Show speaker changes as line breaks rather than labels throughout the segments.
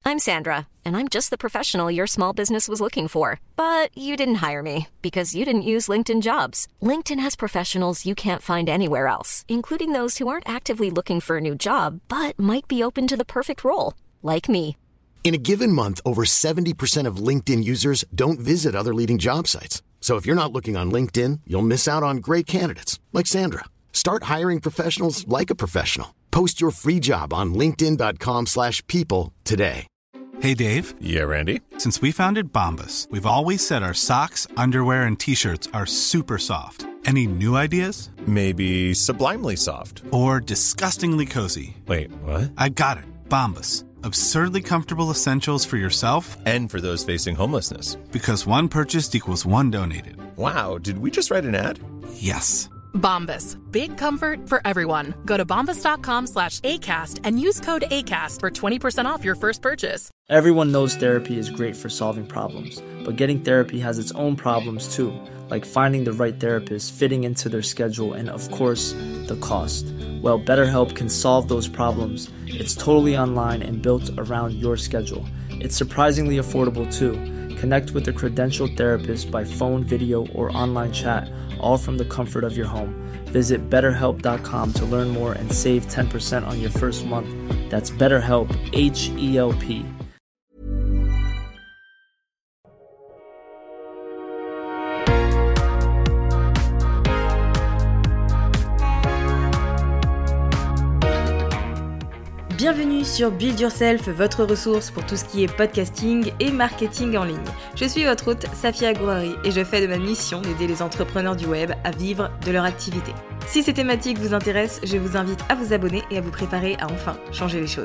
I'm Sandra, and I'm just the professional your small business was looking for. But you didn't hire me because you didn't use LinkedIn Jobs. LinkedIn has professionals you can't find anywhere else, including those who aren't actively looking for a new job, but might be open to the perfect role, like me.
In a given month, over 70% of LinkedIn users don't visit other leading job sites. So if you're not looking on LinkedIn, you'll miss out on great candidates like Sandra. Start hiring professionals like a professional. Post your free job on linkedin.com/people today.
Hey, Dave.
Yeah, Randy.
Since we founded Bombas, we've always said our socks, underwear, and T-shirts are super soft. Any new ideas?
Maybe sublimely soft.
Or disgustingly cozy.
Wait, what?
I got it. Bombas. Absurdly comfortable essentials for yourself
and for those facing homelessness.
Because one purchased equals one donated.
Wow, did we just write an ad?
Yes.
Bombas. Big comfort for everyone. Go to bombas.com/ACAST and use code ACAST for 20% off your first purchase.
Everyone knows therapy is great for solving problems, but getting therapy has its own problems too, like finding the right therapist, fitting into their schedule, and of course, the cost. Well, BetterHelp can solve those problems. It's totally online and built around your schedule. It's surprisingly affordable too. Connect with a credentialed therapist by phone, video, or online chat, all from the comfort of your home. Visit BetterHelp.com to learn more and save 10% on your first month. That's BetterHelp, H-E-L-P.
Bienvenue sur Build Yourself, votre ressource pour tout ce qui est podcasting et marketing en ligne. Je suis votre hôte, Safia Gouari, et je fais de ma mission d'aider les entrepreneurs du web à vivre de leur activité. Si ces thématiques vous intéressent, je vous invite à vous abonner et à vous préparer à enfin changer les choses.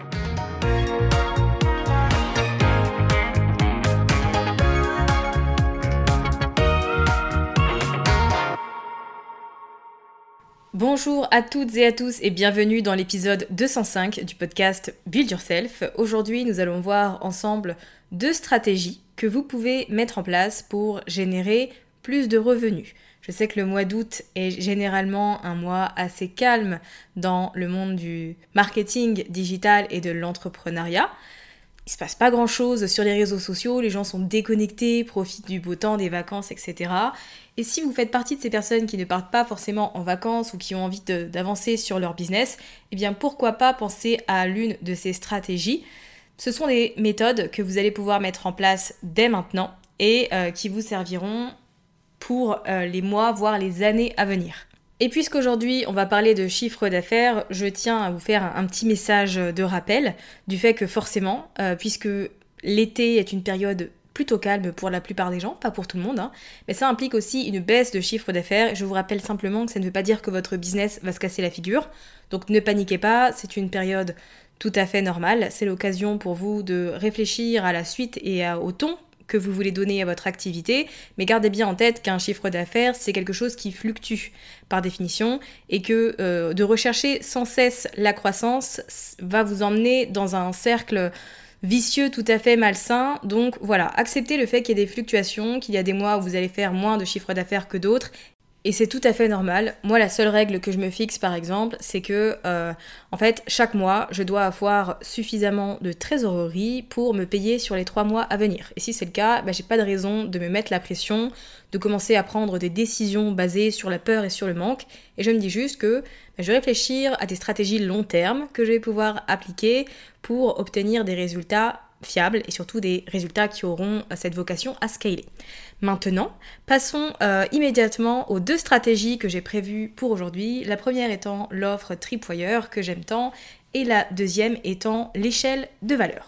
Bonjour à toutes et à tous et bienvenue dans l'épisode 205 du podcast Build Yourself. Aujourd'hui, nous allons voir ensemble 2 stratégies que vous pouvez mettre en place pour générer plus de revenus. Je sais que le mois d'août est généralement un mois assez calme dans le monde du marketing digital et de l'entrepreneuriat. Il se passe pas grand chose sur les réseaux sociaux, les gens sont déconnectés, profitent du beau temps, des vacances, etc. Et si vous faites partie de ces personnes qui ne partent pas forcément en vacances ou qui ont envie d'avancer sur leur business, eh bien pourquoi pas penser à l'une de ces stratégies. Ce sont des méthodes que vous allez pouvoir mettre en place dès maintenant et qui vous serviront pour les mois, voire les années à venir. Et puisqu'aujourd'hui on va parler de chiffre d'affaires, je tiens à vous faire un petit message de rappel du fait que forcément, puisque l'été est une période plutôt calme pour la plupart des gens, pas pour tout le monde, mais ça implique aussi une baisse de chiffre d'affaires. Je vous rappelle simplement que ça ne veut pas dire que votre business va se casser la figure, donc ne paniquez pas, c'est une période tout à fait normale, c'est l'occasion pour vous de réfléchir à la suite et au ton que vous voulez donner à votre activité, mais gardez bien en tête qu'un chiffre d'affaires, c'est quelque chose qui fluctue par définition et que de rechercher sans cesse la croissance va vous emmener dans un cercle vicieux tout à fait malsain. Donc voilà, acceptez le fait qu'il y ait des fluctuations, qu'il y a des mois où vous allez faire moins de chiffre d'affaires que d'autres, et c'est tout à fait normal. Moi, la seule règle que je me fixe, par exemple, c'est que, en fait, chaque mois, je dois avoir suffisamment de trésorerie pour me payer sur les 3 mois à venir. Et si c'est le cas, j'ai pas de raison de me mettre la pression, de commencer à prendre des décisions basées sur la peur et sur le manque. Et je me dis juste que je vais réfléchir à des stratégies long terme que je vais pouvoir appliquer pour obtenir des résultats fiables et surtout des résultats qui auront cette vocation à scaler. Maintenant, passons immédiatement aux 2 stratégies que j'ai prévues pour aujourd'hui. La première étant l'offre Tripwire que j'aime tant et la deuxième étant l'échelle de valeur.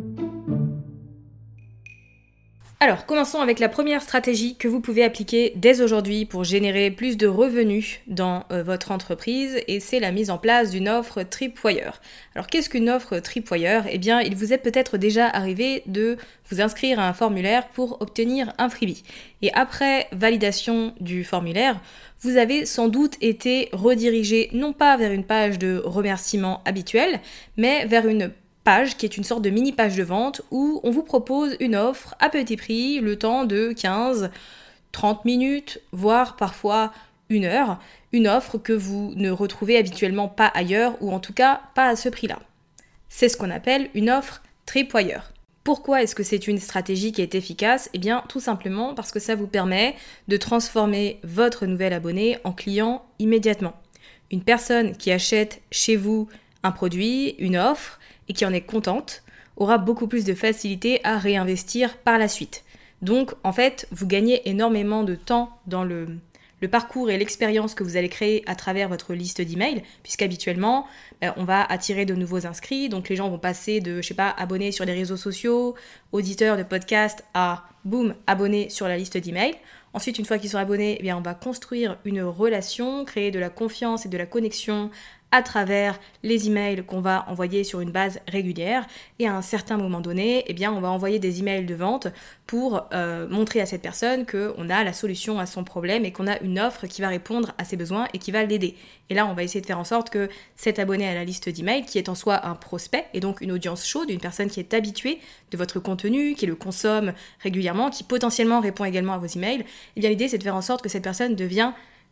Alors, commençons avec la première stratégie que vous pouvez appliquer dès aujourd'hui pour générer plus de revenus dans votre entreprise, et c'est la mise en place d'une offre Tripwire. Alors, qu'est-ce qu'une offre Tripwire ? Eh bien, il vous est peut-être déjà arrivé de vous inscrire à un formulaire pour obtenir un freebie. Et après validation du formulaire, vous avez sans doute été redirigé non pas vers une page de remerciement habituelle, mais vers une page qui est une sorte de mini page de vente où on vous propose une offre à petit prix, le temps de 15, 30 minutes, voire parfois 1 heure, une offre que vous ne retrouvez habituellement pas ailleurs ou en tout cas pas à ce prix-là. C'est ce qu'on appelle une offre Tripwire. Pourquoi est-ce que c'est une stratégie qui est efficace ? Eh bien, tout simplement parce que ça vous permet de transformer votre nouvel abonné en client immédiatement. Une personne qui achète chez vous un produit, une offre, et qui en est contente, aura beaucoup plus de facilité à réinvestir par la suite. Donc, en fait, vous gagnez énormément de temps dans le parcours et l'expérience que vous allez créer à travers votre liste d'emails, puisqu'habituellement, on va attirer de nouveaux inscrits, donc les gens vont passer de, abonnés sur les réseaux sociaux, auditeurs de podcasts, à, boum, abonnés sur la liste d'emails. Ensuite, une fois qu'ils sont abonnés, on va construire une relation, créer de la confiance et de la connexion à travers les emails qu'on va envoyer sur une base régulière. Et à un certain moment donné, on va envoyer des emails de vente pour montrer à cette personne qu'on a la solution à son problème et qu'on a une offre qui va répondre à ses besoins et qui va l'aider. Et là, on va essayer de faire en sorte que cet abonné à la liste d'emails, qui est en soi un prospect et donc une audience chaude, une personne qui est habituée de votre contenu, qui le consomme régulièrement, qui potentiellement répond également à vos emails, l'idée c'est de faire en sorte que cette personne devienne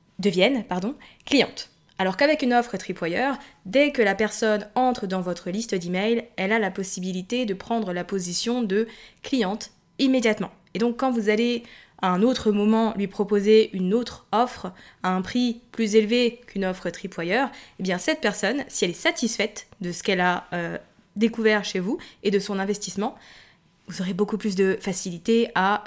cliente. Alors qu'avec une offre Tripwire, dès que la personne entre dans votre liste d'emails, elle a la possibilité de prendre la position de cliente immédiatement. Et donc quand vous allez à un autre moment lui proposer une autre offre à un prix plus élevé qu'une offre Tripwire, cette personne, si elle est satisfaite de ce qu'elle a découvert chez vous et de son investissement, vous aurez beaucoup plus de facilité à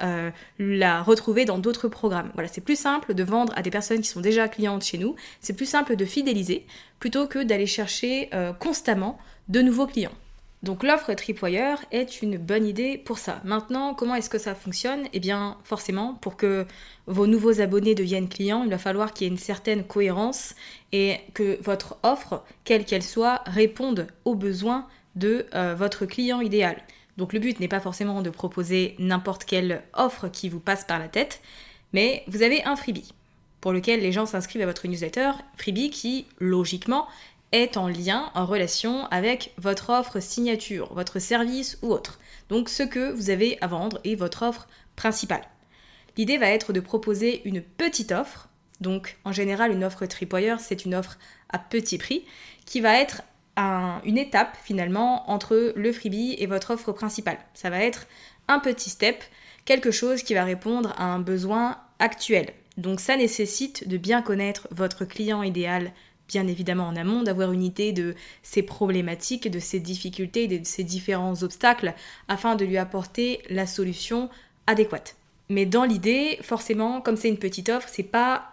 la retrouver dans d'autres programmes. Voilà, c'est plus simple de vendre à des personnes qui sont déjà clientes chez nous, c'est plus simple de fidéliser plutôt que d'aller chercher constamment de nouveaux clients. Donc l'offre Tripwire est une bonne idée pour ça. Maintenant, comment est-ce que ça fonctionne ? Forcément, pour que vos nouveaux abonnés deviennent clients, il va falloir qu'il y ait une certaine cohérence et que votre offre, quelle qu'elle soit, réponde aux besoins de votre client idéal. Donc le but n'est pas forcément de proposer n'importe quelle offre qui vous passe par la tête, mais vous avez un freebie pour lequel les gens s'inscrivent à votre newsletter, freebie qui, logiquement, est en lien, en relation avec votre offre signature, votre service ou autre. Donc ce que vous avez à vendre est votre offre principale. L'idée va être de proposer une petite offre, donc en général une offre Tripwire, c'est une offre à petit prix, qui va être une étape finalement entre le freebie et votre offre principale. Ça va être un petit step, quelque chose qui va répondre à un besoin actuel. Donc ça nécessite de bien connaître votre client idéal, bien évidemment en amont, d'avoir une idée de ses problématiques, de ses difficultés, de ses différents obstacles, afin de lui apporter la solution adéquate. Mais dans l'idée, forcément, comme c'est une petite offre, c'est pas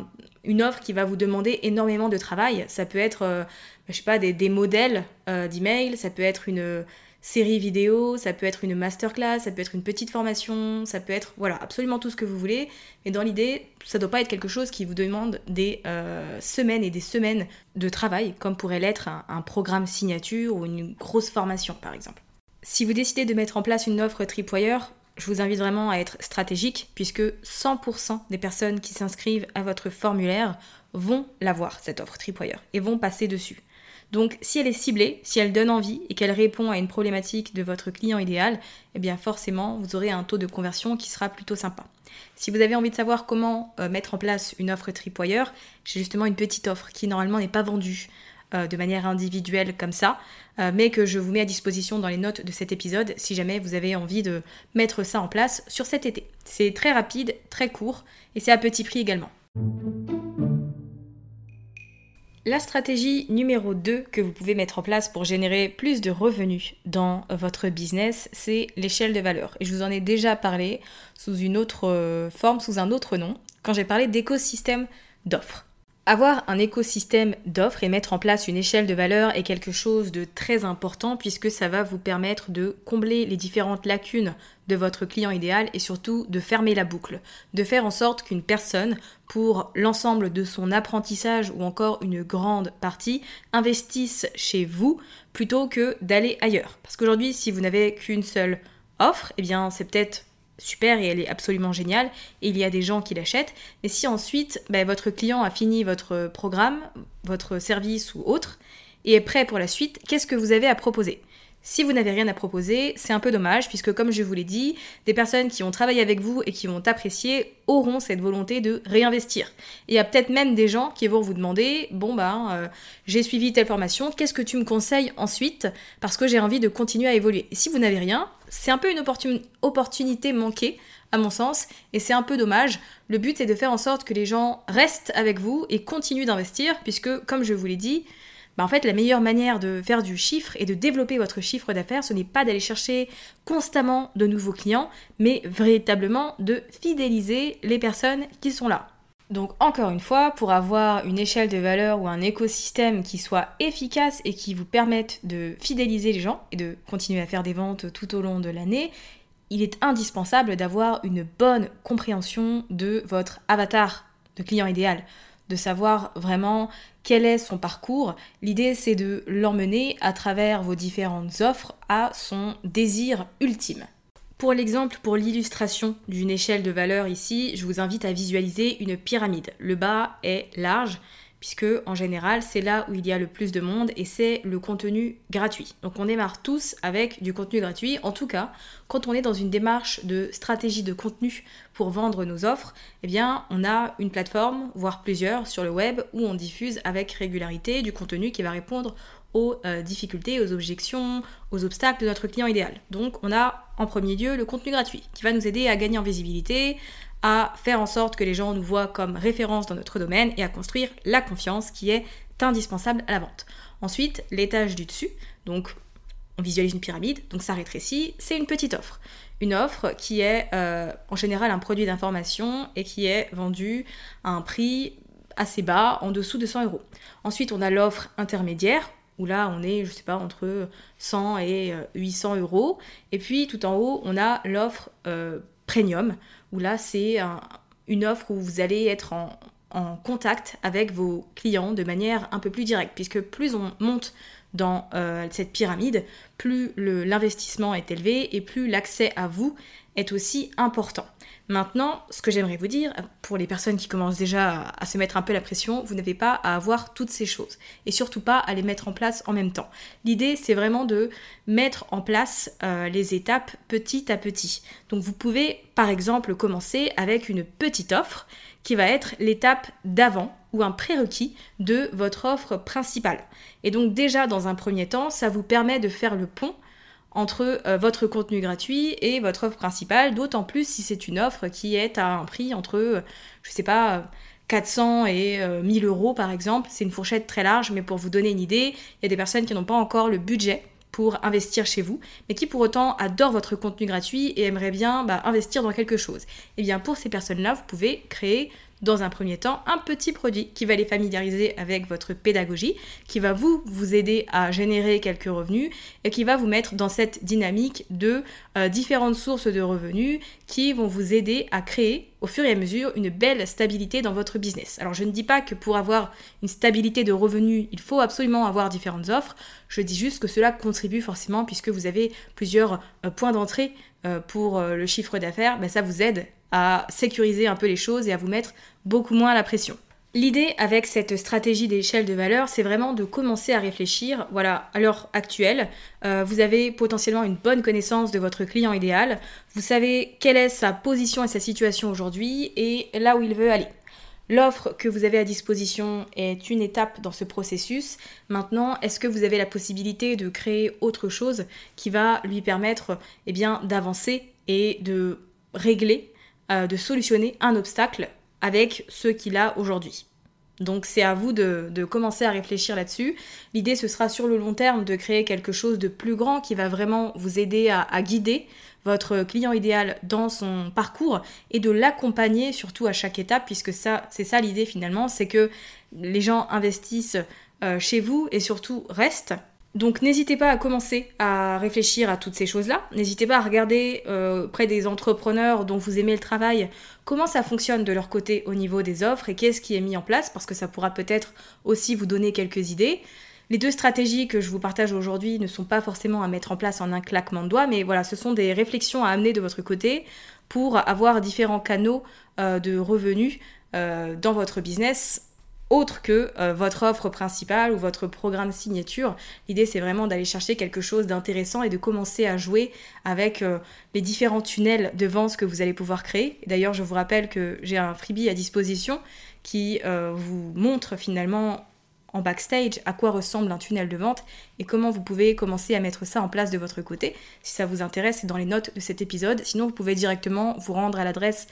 une offre qui va vous demander énormément de travail. Ça peut être, des modèles d'email, ça peut être une série vidéo, ça peut être une masterclass, ça peut être une petite formation, ça peut être, absolument tout ce que vous voulez. Mais dans l'idée, ça doit pas être quelque chose qui vous demande des semaines et des semaines de travail, comme pourrait l'être un programme signature ou une grosse formation, par exemple. Si vous décidez de mettre en place une offre Tripwire, je vous invite vraiment à être stratégique puisque 100% des personnes qui s'inscrivent à votre formulaire vont l'avoir, cette offre Tripwire, et vont passer dessus. Donc si elle est ciblée, si elle donne envie et qu'elle répond à une problématique de votre client idéal, forcément vous aurez un taux de conversion qui sera plutôt sympa. Si vous avez envie de savoir comment mettre en place une offre Tripwire, j'ai justement une petite offre qui normalement n'est pas vendue de manière individuelle comme ça, mais que je vous mets à disposition dans les notes de cet épisode si jamais vous avez envie de mettre ça en place sur cet été. C'est très rapide, très court et c'est à petit prix également. La stratégie numéro 2 que vous pouvez mettre en place pour générer plus de revenus dans votre business, c'est l'échelle de valeur. Et je vous en ai déjà parlé sous une autre forme, sous un autre nom, quand j'ai parlé d'écosystème d'offres. Avoir un écosystème d'offres et mettre en place une échelle de valeur est quelque chose de très important puisque ça va vous permettre de combler les différentes lacunes de votre client idéal et surtout de fermer la boucle, de faire en sorte qu'une personne, pour l'ensemble de son apprentissage ou encore une grande partie, investisse chez vous plutôt que d'aller ailleurs. Parce qu'aujourd'hui, si vous n'avez qu'une seule offre, c'est peut-être super et elle est absolument géniale et il y a des gens qui l'achètent, mais si ensuite votre client a fini votre programme, votre service ou autre et est prêt pour la suite, qu'est-ce que vous avez à proposer ? Si vous n'avez rien à proposer, c'est un peu dommage puisque comme je vous l'ai dit, des personnes qui ont travaillé avec vous et qui vont apprécier auront cette volonté de réinvestir. Et il y a peut-être même des gens qui vont vous demander j'ai suivi telle formation, qu'est-ce que tu me conseilles ensuite parce que j'ai envie de continuer à évoluer. Et si vous n'avez rien, c'est un peu une opportunité manquée à mon sens et c'est un peu dommage. Le but c'est de faire en sorte que les gens restent avec vous et continuent d'investir puisque comme je vous l'ai dit, en fait, la meilleure manière de faire du chiffre et de développer votre chiffre d'affaires, ce n'est pas d'aller chercher constamment de nouveaux clients, mais véritablement de fidéliser les personnes qui sont là. Donc encore une fois, pour avoir une échelle de valeur ou un écosystème qui soit efficace et qui vous permette de fidéliser les gens et de continuer à faire des ventes tout au long de l'année, il est indispensable d'avoir une bonne compréhension de votre avatar de client idéal, de savoir vraiment quel est son parcours. L'idée, c'est de l'emmener à travers vos différentes offres à son désir ultime. Pour l'exemple, pour l'illustration d'une échelle de valeur ici, je vous invite à visualiser une pyramide. Le bas est large, puisque en général, c'est là où il y a le plus de monde et c'est le contenu gratuit. Donc on démarre tous avec du contenu gratuit. En tout cas, quand on est dans une démarche de stratégie de contenu pour vendre nos offres, eh bien, on a une plateforme, voire plusieurs, sur le web où on diffuse avec régularité du contenu qui va répondre aux difficultés, aux objections, aux obstacles de notre client idéal. Donc on a en premier lieu le contenu gratuit qui va nous aider à gagner en visibilité, à faire en sorte que les gens nous voient comme référence dans notre domaine et à construire la confiance qui est indispensable à la vente. Ensuite, l'étage du dessus, donc on visualise une pyramide, donc ça rétrécit, c'est une petite offre. Une offre qui est en général un produit d'information et qui est vendu à un prix assez bas, en dessous de 100 €. Ensuite, on a l'offre intermédiaire, où là on est, entre 100 et 800 €. Et puis tout en haut, on a l'offre premium, où là c'est une offre où vous allez être en contact avec vos clients de manière un peu plus directe, puisque plus on monte dans cette pyramide, plus l'investissement est élevé et plus l'accès à vous est aussi important. Maintenant, ce que j'aimerais vous dire, pour les personnes qui commencent déjà à se mettre un peu la pression, vous n'avez pas à avoir toutes ces choses et surtout pas à les mettre en place en même temps. L'idée, c'est vraiment de mettre en place les étapes petit à petit. Donc vous pouvez par exemple commencer avec une petite offre qui va être l'étape d'avant ou un prérequis de votre offre principale. Et donc déjà dans un premier temps, ça vous permet de faire le pont entre votre contenu gratuit et votre offre principale, d'autant plus si c'est une offre qui est à un prix entre, 400 et 1000 € par exemple. C'est une fourchette très large, mais pour vous donner une idée, il y a des personnes qui n'ont pas encore le budget pour investir chez vous, mais qui pour autant adorent votre contenu gratuit et aimeraient bien investir dans quelque chose. Et bien pour ces personnes-là, vous pouvez créer dans un premier temps un petit produit qui va les familiariser avec votre pédagogie, qui va vous aider à générer quelques revenus et qui va vous mettre dans cette dynamique de différentes sources de revenus qui vont vous aider à créer au fur et à mesure une belle stabilité dans votre business. Alors je ne dis pas que pour avoir une stabilité de revenus, il faut absolument avoir différentes offres, je dis juste que cela contribue forcément puisque vous avez plusieurs points d'entrée pour le chiffre d'affaires, ça vous aide à sécuriser un peu les choses et à vous mettre beaucoup moins la pression. L'idée avec cette stratégie d'échelle de valeur, c'est vraiment de commencer à réfléchir, à l'heure actuelle, vous avez potentiellement une bonne connaissance de votre client idéal, vous savez quelle est sa position et sa situation aujourd'hui et là où il veut aller. L'offre que vous avez à disposition est une étape dans ce processus. Maintenant, est-ce que vous avez la possibilité de créer autre chose qui va lui permettre d'avancer et de régler, de solutionner un obstacle avec ce qu'il a aujourd'hui. Donc c'est à vous de commencer à réfléchir là-dessus. L'idée, ce sera sur le long terme de créer quelque chose de plus grand qui va vraiment vous aider à guider votre client idéal dans son parcours et de l'accompagner surtout à chaque étape, puisque c'est ça l'idée finalement, c'est que les gens investissent chez vous et surtout restent. Donc n'hésitez pas à commencer à réfléchir à toutes ces choses-là. N'hésitez pas à regarder auprès des entrepreneurs dont vous aimez le travail, comment ça fonctionne de leur côté au niveau des offres et qu'est-ce qui est mis en place, parce que ça pourra peut-être aussi vous donner quelques idées. Les deux stratégies que je vous partage aujourd'hui ne sont pas forcément à mettre en place en un claquement de doigts, mais voilà, ce sont des réflexions à amener de votre côté pour avoir différents canaux de revenus dans votre business autre que votre offre principale ou votre programme signature. L'idée, c'est vraiment d'aller chercher quelque chose d'intéressant et de commencer à jouer avec les différents tunnels de vente que vous allez pouvoir créer. Et d'ailleurs, je vous rappelle que j'ai un freebie à disposition qui vous montre finalement en backstage à quoi ressemble un tunnel de vente et comment vous pouvez commencer à mettre ça en place de votre côté. Si ça vous intéresse, c'est dans les notes de cet épisode. Sinon, vous pouvez directement vous rendre à l'adresse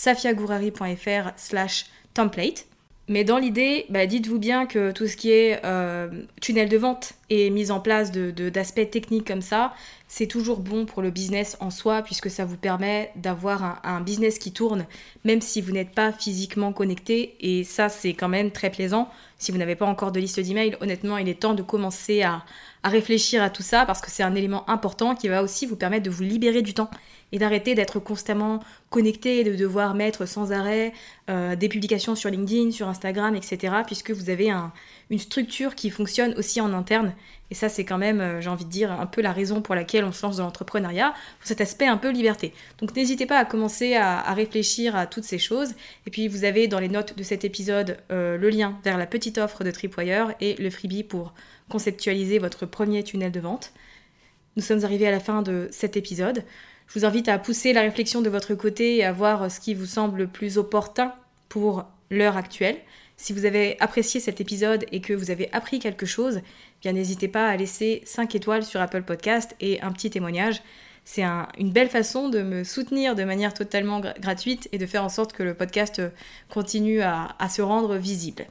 safiagourari.fr/template. Mais dans l'idée, dites-vous bien que tout ce qui est tunnel de vente et mise en place d'aspects techniques comme ça, c'est toujours bon pour le business en soi puisque ça vous permet d'avoir un business qui tourne même si vous n'êtes pas physiquement connecté et ça c'est quand même très plaisant. Si vous n'avez pas encore de liste d'emails, honnêtement il est temps de commencer à réfléchir à tout ça parce que c'est un élément important qui va aussi vous permettre de vous libérer du temps et d'arrêter d'être constamment connecté et de devoir mettre sans arrêt des publications sur LinkedIn, sur Instagram, etc. puisque vous avez une structure qui fonctionne aussi en interne. Et ça, c'est quand même, j'ai envie de dire, un peu la raison pour laquelle on se lance dans l'entrepreneuriat, pour cet aspect un peu liberté. Donc n'hésitez pas à commencer à réfléchir à toutes ces choses. Et puis vous avez dans les notes de cet épisode le lien vers la petite offre de Tripwire et le freebie pour conceptualiser votre premier tunnel de vente. Nous sommes arrivés à la fin de cet épisode. Je vous invite à pousser la réflexion de votre côté et à voir ce qui vous semble le plus opportun pour l'heure actuelle. Si vous avez apprécié cet épisode et que vous avez appris quelque chose, bien n'hésitez pas à laisser 5 étoiles sur Apple Podcast et un petit témoignage. C'est une belle façon de me soutenir de manière totalement gratuite et de faire en sorte que le podcast continue à se rendre visible.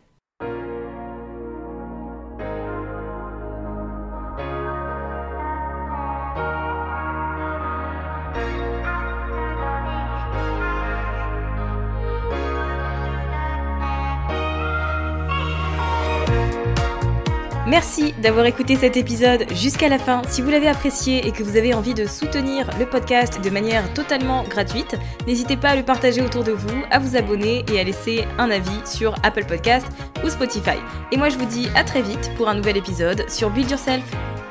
Merci d'avoir écouté cet épisode jusqu'à la fin. Si vous l'avez apprécié et que vous avez envie de soutenir le podcast de manière totalement gratuite, n'hésitez pas à le partager autour de vous, à vous abonner et à laisser un avis sur Apple Podcast ou Spotify. Et moi je vous dis à très vite pour un nouvel épisode sur Build Yourself.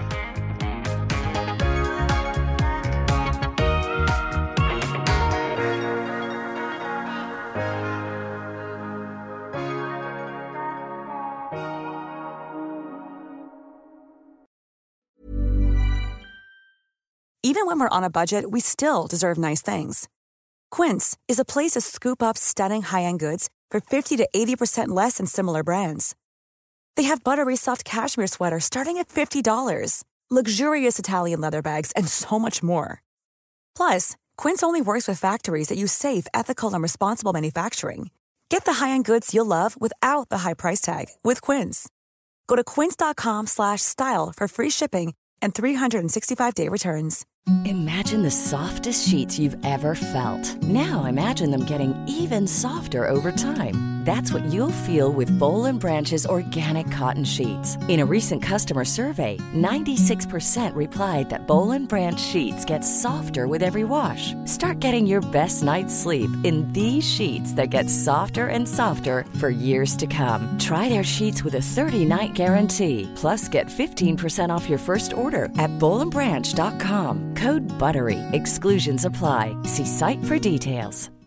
Even when we're on a budget, we still deserve nice things. Quince is a place to scoop up stunning high-end goods for 50 to 80% less than similar brands. They have buttery soft cashmere sweaters starting at $50, luxurious Italian leather bags, and so much more. Plus, Quince only works with factories that use safe, ethical, and responsible manufacturing. Get the high-end goods you'll love without the high price tag with Quince. Go to quince.com/style for free shipping and 365-day returns.
Imagine the softest sheets you've ever felt. Now imagine them getting even softer over time. That's what you'll feel with Boll & Branch's organic cotton sheets. In a recent customer survey, 96% replied that Boll & Branch sheets get softer with every wash. Start getting your best night's sleep in these sheets that get softer and softer for years to come. Try their sheets with a 30-night guarantee. Plus, get 15% off your first order at bollandbranch.com. Code BUTTERY. Exclusions apply. See site for details.